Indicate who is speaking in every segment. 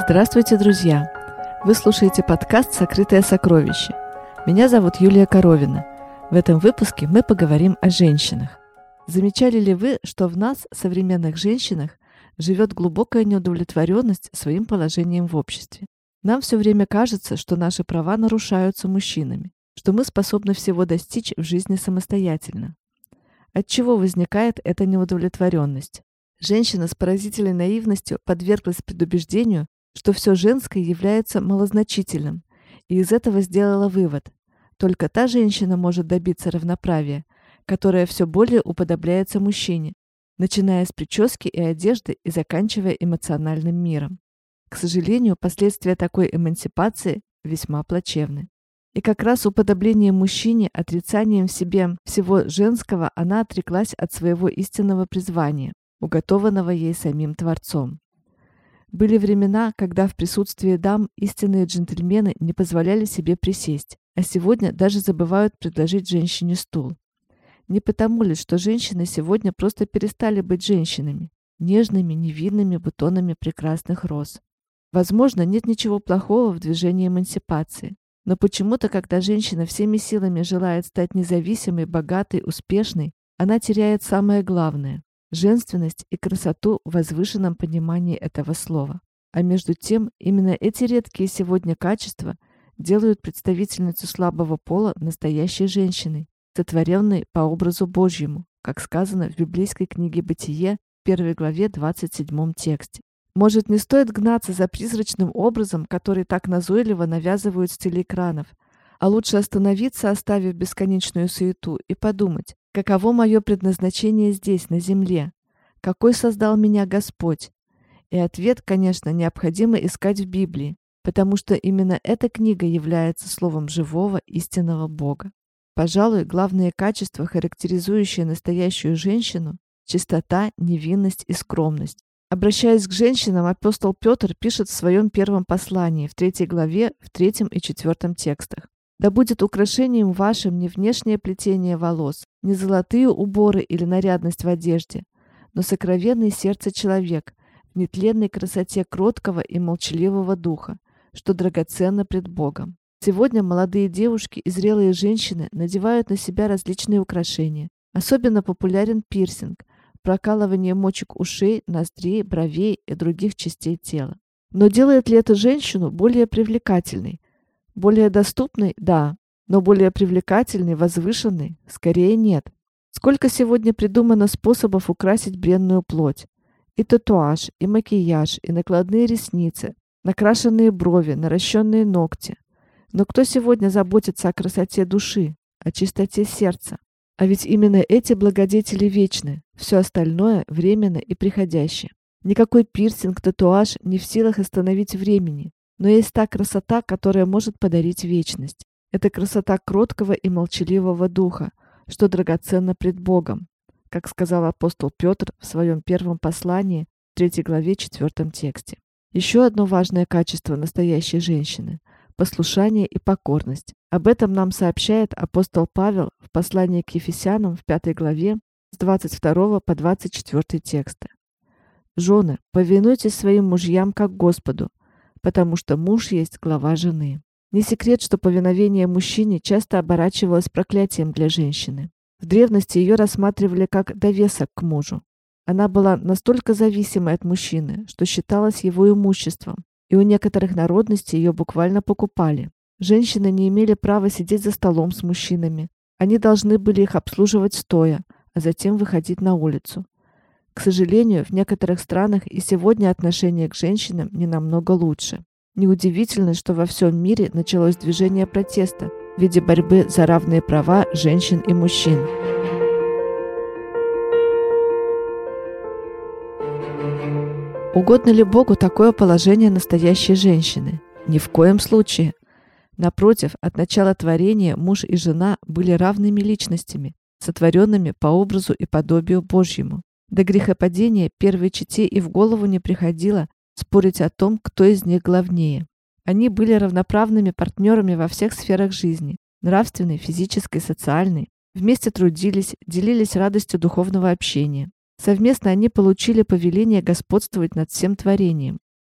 Speaker 1: Здравствуйте, друзья! Вы слушаете подкаст «Сокрытое сокровище». Меня зовут Юлия Коровина. В этом выпуске мы поговорим о женщинах. Замечали ли вы, что в нас, современных женщинах, живет глубокая неудовлетворенность своим положением в обществе? Нам все время кажется, что наши права нарушаются мужчинами, что мы способны всего достичь в жизни самостоятельно. От чего возникает эта неудовлетворенность? Женщина с поразительной наивностью подверглась предубеждению, что все женское является малозначительным, и из этого сделала вывод: только та женщина может добиться равноправия, которая все более уподобляется мужчине, начиная с прически и одежды и заканчивая эмоциональным миром. К сожалению, последствия такой эмансипации весьма плачевны. И как раз уподоблением мужчине, отрицанием в себе всего женского, она отреклась от своего истинного призвания, уготованного ей самим Творцом. Были времена, когда в присутствии дам истинные джентльмены не позволяли себе присесть, а сегодня даже забывают предложить женщине стул. Не потому ли, что женщины сегодня просто перестали быть женщинами, нежными, невинными бутонами прекрасных роз? Возможно, нет ничего плохого в движении эмансипации, но почему-то, когда женщина всеми силами желает стать независимой, богатой, успешной, она теряет самое главное – женственность и красоту в возвышенном понимании этого слова. А между тем, именно эти редкие сегодня качества делают представительницу слабого пола настоящей женщиной, сотворенной по образу Божьему, как сказано в библейской книге «Бытие», 1 главе 27 тексте. Может, не стоит гнаться за призрачным образом, который так назойливо навязывают с телеэкранов, а лучше остановиться, оставив бесконечную суету, и подумать, каково мое предназначение здесь, на земле, какой создал меня Господь? И ответ, конечно, необходимо искать в Библии, потому что именно эта книга является словом живого истинного Бога. Пожалуй, главные качества, характеризующие настоящую женщину – чистота, невинность и скромность. Обращаясь к женщинам, апостол Петр пишет в своем первом послании, в 3 главе, в 3 и 4 текстах: «Да будет украшением вашим не внешнее плетение волос, не золотые уборы или нарядность в одежде, но сокровенный сердце человек, в нетленной красоте кроткого и молчаливого духа, что драгоценно пред Богом». Сегодня молодые девушки и зрелые женщины надевают на себя различные украшения. Особенно популярен пирсинг, прокалывание мочек ушей, ноздрей, бровей и других частей тела. Но делает ли это женщину более привлекательной? Более доступной? Да. Но более привлекательной, возвышенной? Скорее нет. Сколько сегодня придумано способов украсить бренную плоть? И татуаж, и макияж, и накладные ресницы, накрашенные брови, наращенные ногти. Но кто сегодня заботится о красоте души, о чистоте сердца? А ведь именно эти благодетели вечны, все остальное временно и приходящее. Никакой пирсинг, татуаж не в силах остановить времени, но есть та красота, которая может подарить вечность. Это красота кроткого и молчаливого духа, что драгоценно пред Богом, как сказал апостол Петр в своем первом послании, 3 главе 4 тексте. Еще одно важное качество настоящей женщины – послушание и покорность. Об этом нам сообщает апостол Павел в послании к Ефесянам в 5 главе с 22 по 24 тексты. «Жены, повинуйтесь своим мужьям как Господу, потому что муж есть глава жены». Не секрет, что повиновение мужчине часто оборачивалось проклятием для женщины. В древности ее рассматривали как довесок к мужу. Она была настолько зависимой от мужчины, что считалась его имуществом, и у некоторых народностей ее буквально покупали. Женщины не имели права сидеть за столом с мужчинами. Они должны были их обслуживать стоя, а затем выходить на улицу. К сожалению, в некоторых странах и сегодня отношение к женщинам не намного лучше. Неудивительно, что во всем мире началось движение протеста в виде борьбы за равные права женщин и мужчин. Угодно ли Богу такое положение настоящей женщины? Ни в коем случае. Напротив, от начала творения муж и жена были равными личностями, сотворенными по образу и подобию Божьему. До грехопадения первой чете и в голову не приходило спорить о том, кто из них главнее. Они были равноправными партнерами во всех сферах жизни – нравственной, физической, социальной. Вместе трудились, делились радостью духовного общения. Совместно они получили повеление господствовать над всем творением.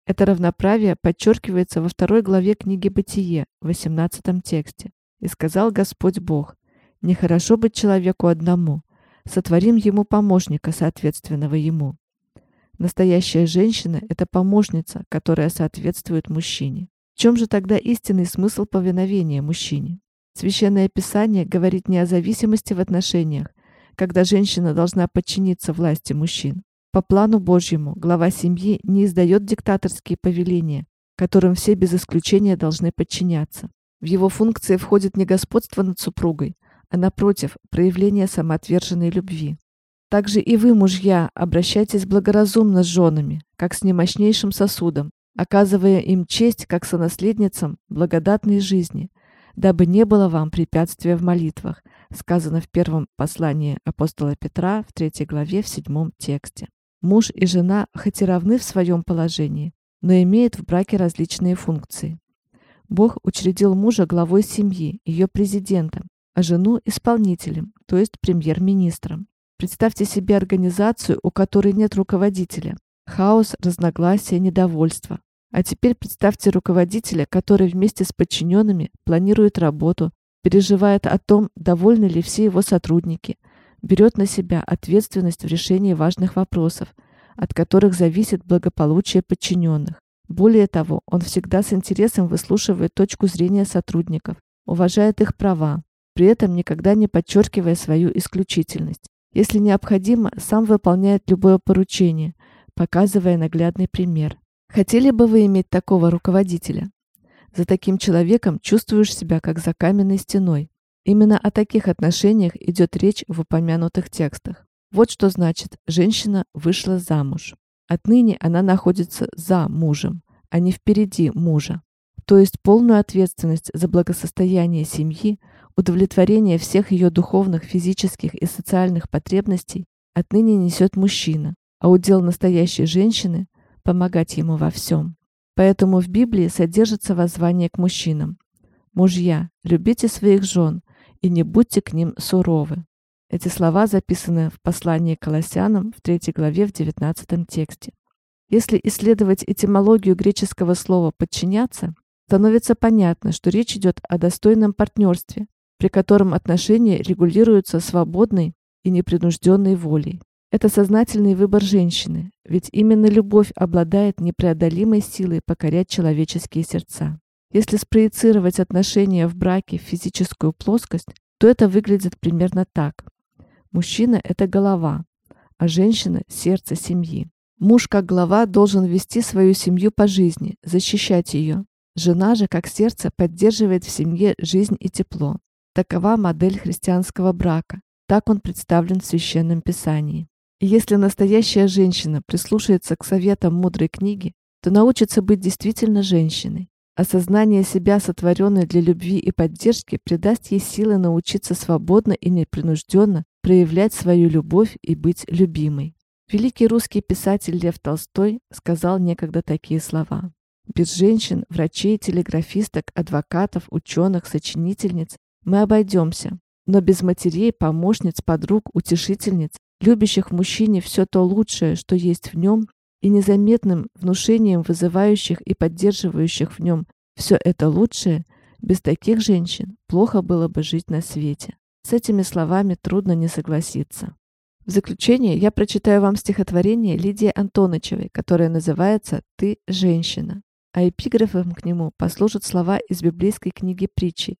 Speaker 1: Это равноправие подчеркивается во 2 главе книги Бытие, в 18 тексте. «И сказал Господь Бог: нехорошо быть человеку одному, сотворим ему помощника, соответственного ему». Настоящая женщина – это помощница, которая соответствует мужчине. В чем же тогда истинный смысл повиновения мужчине? Священное Писание говорит не о зависимости в отношениях, когда женщина должна подчиниться власти мужчин. По плану Божьему глава семьи не издает диктаторские повеления, которым все без исключения должны подчиняться. В его функции входит не господство над супругой, а напротив, проявление самоотверженной любви. Также и вы, мужья, обращайтесь благоразумно с женами, как с немощнейшим сосудом, оказывая им честь, как сонаследницам благодатной жизни, дабы не было вам препятствия в молитвах, сказано в первом послании апостола Петра в 3 главе в 7 тексте. Муж и жена хоть и равны в своем положении, но имеют в браке различные функции. Бог учредил мужа главой семьи, ее президентом, а жену исполнителем, то есть премьер-министром. Представьте себе организацию, у которой нет руководителя. Хаос, разногласия, недовольство. А теперь представьте руководителя, который вместе с подчиненными планирует работу, переживает о том, довольны ли все его сотрудники, берет на себя ответственность в решении важных вопросов, от которых зависит благополучие подчиненных. Более того, он всегда с интересом выслушивает точку зрения сотрудников, уважает их права, при этом никогда не подчеркивая свою исключительность. Если необходимо, сам выполняет любое поручение, показывая наглядный пример. Хотели бы вы иметь такого руководителя? За таким человеком чувствуешь себя как за каменной стеной. Именно о таких отношениях идет речь в упомянутых текстах. Вот что значит «женщина вышла замуж». Отныне она находится за мужем, а не впереди мужа. То есть полную ответственность за благосостояние семьи, удовлетворение всех ее духовных, физических и социальных потребностей отныне несет мужчина, а удел настоящей женщины – помогать ему во всем. Поэтому в Библии содержится воззвание к мужчинам: «Мужья, любите своих жен и не будьте к ним суровы». Эти слова записаны в послании к Колоссянам в 3 главе в 19 тексте. Если исследовать этимологию греческого слова «подчиняться», становится понятно, что речь идет о достойном партнерстве, при котором отношения регулируются свободной и непринужденной волей. Это сознательный выбор женщины, ведь именно любовь обладает непреодолимой силой покорять человеческие сердца. Если спроецировать отношения в браке в физическую плоскость, то это выглядит примерно так. Мужчина – это голова, а женщина – сердце семьи. Муж, как глава, должен вести свою семью по жизни, защищать ее. Жена же, как сердце, поддерживает в семье жизнь и тепло. Такова модель христианского брака. Так он представлен в Священном Писании. И если настоящая женщина прислушается к советам мудрой книги, то научится быть действительно женщиной. Осознание себя, сотворенной для любви и поддержки, придаст ей силы научиться свободно и непринужденно проявлять свою любовь и быть любимой. Великий русский писатель Лев Толстой сказал некогда такие слова: «Без женщин, врачей, телеграфисток, адвокатов, ученых, сочинительниц мы обойдемся, но без матерей, помощниц, подруг, утешительниц, любящих в мужчине все то лучшее, что есть в нем, и незаметным внушением вызывающих и поддерживающих в нем все это лучшее, без таких женщин плохо было бы жить на свете». С этими словами трудно не согласиться. В заключение я прочитаю вам стихотворение Лидии Антонычевой, которое называется «Ты женщина», а эпиграфом к нему послужат слова из библейской книги Притчи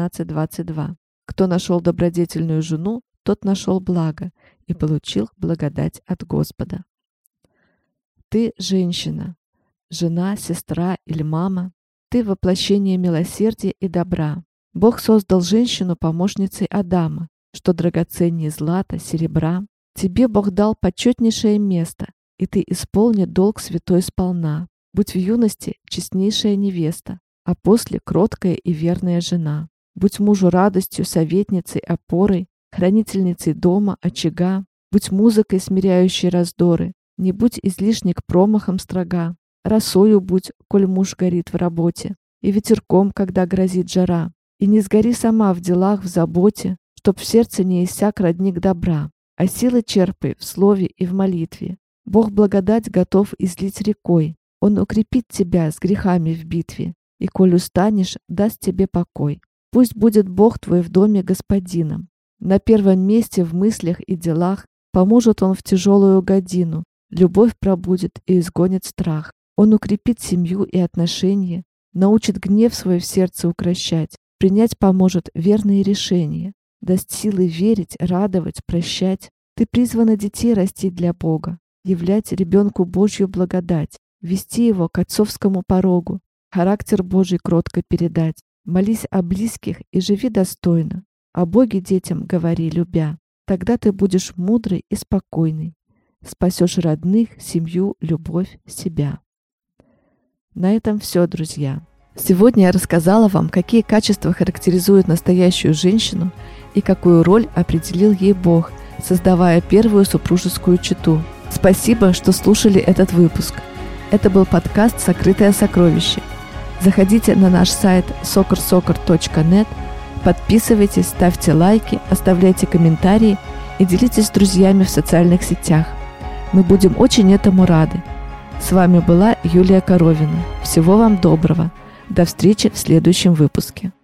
Speaker 1: 18:22. «Кто нашел добродетельную жену, тот нашел благо и получил благодать от Господа». Ты женщина, жена, сестра или мама. Ты воплощение милосердия и добра. Бог создал женщину помощницей Адама, что драгоценнее злата, серебра. Тебе Бог дал почетнейшее место, и ты исполни долг святой сполна. Будь в юности честнейшая невеста, а после кроткая и верная жена. Будь мужу радостью, советницей, опорой, хранительницей дома, очага. Будь музыкой, смиряющей раздоры. Не будь излишне к промахам строга. Росою будь, коль муж горит в работе, и ветерком, когда грозит жара. И не сгори сама в делах, в заботе, чтоб в сердце не иссяк родник добра, а силы черпай в слове и в молитве. Бог благодать готов излить рекой, Он укрепит тебя с грехами в битве, и, коль устанешь, даст тебе покой. Пусть будет Бог твой в доме господином. На первом месте в мыслях и делах, поможет Он в тяжелую годину, любовь пробудет и изгонит страх. Он укрепит семью и отношения, научит гнев свой в сердце укрощать, принять поможет верные решения, даст силы верить, радовать, прощать. Ты призвана детей растить для Бога, являть ребенку Божью благодать, вести его к отцовскому порогу, характер Божий кротко передать. Молись о близких и живи достойно. О Боге детям говори, любя. Тогда ты будешь мудрый и спокойный. Спасешь родных, семью, любовь, себя. На этом все, друзья. Сегодня я рассказала вам, какие качества характеризуют настоящую женщину и какую роль определил ей Бог, создавая первую супружескую чету. Спасибо, что слушали этот выпуск. Это был подкаст «Сокрытое сокровище». Заходите на наш сайт sokorsokor.net, подписывайтесь, ставьте лайки, оставляйте комментарии и делитесь с друзьями в социальных сетях. Мы будем очень этому рады. С вами была Юлия Коровина. Всего вам доброго. До встречи в следующем выпуске.